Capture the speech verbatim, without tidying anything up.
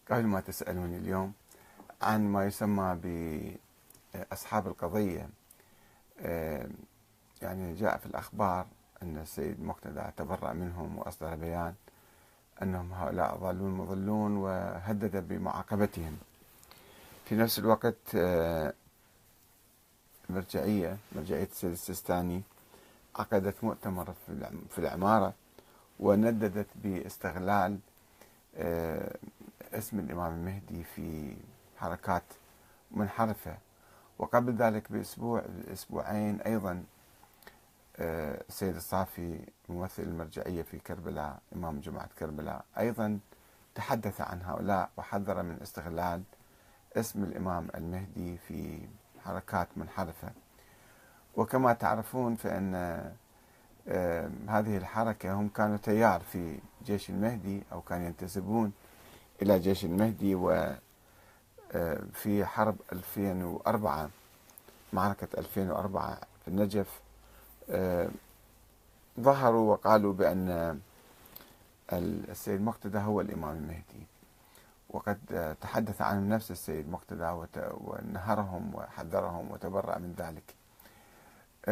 قبل ما تسألوني اليوم عن ما يسمى بأصحاب القضية. آه، يعني جاء في الأخبار أن السيد مقتدى تبرأ منهم وأصدر بيان أنهم هؤلاء ضالون مضلون، وهدد بمعاقبتهم. في نفس الوقت آه، المرجعية مرجعية السيد السيستاني عقدت مؤتمر في العمارة ونددت باستغلال آه، اسم الإمام المهدي في حركات منحرفة. وقبل ذلك بأسبوع أسبوعين أيضا آه، السيد الصافي ممثل المرجعية في كربلاء إمام جماعة كربلاء أيضا تحدث عن هؤلاء وحذر من استغلال اسم الإمام المهدي في حركات منحرفة. وكما تعرفون فإن آه، هذه الحركة هم كانوا تيار في جيش المهدي أو كانوا ينتسبون إلى جيش المهدي. وفي حرب ألفين وأربعة معركة ألفين وأربعة في النجف آه، ظهروا وقالوا بأن السيد مقتدى هو الإمام المهدي، وقد تحدث عنهم نفس السيد مقتدى ونهرهم وحذرهم وتبرأ من ذلك.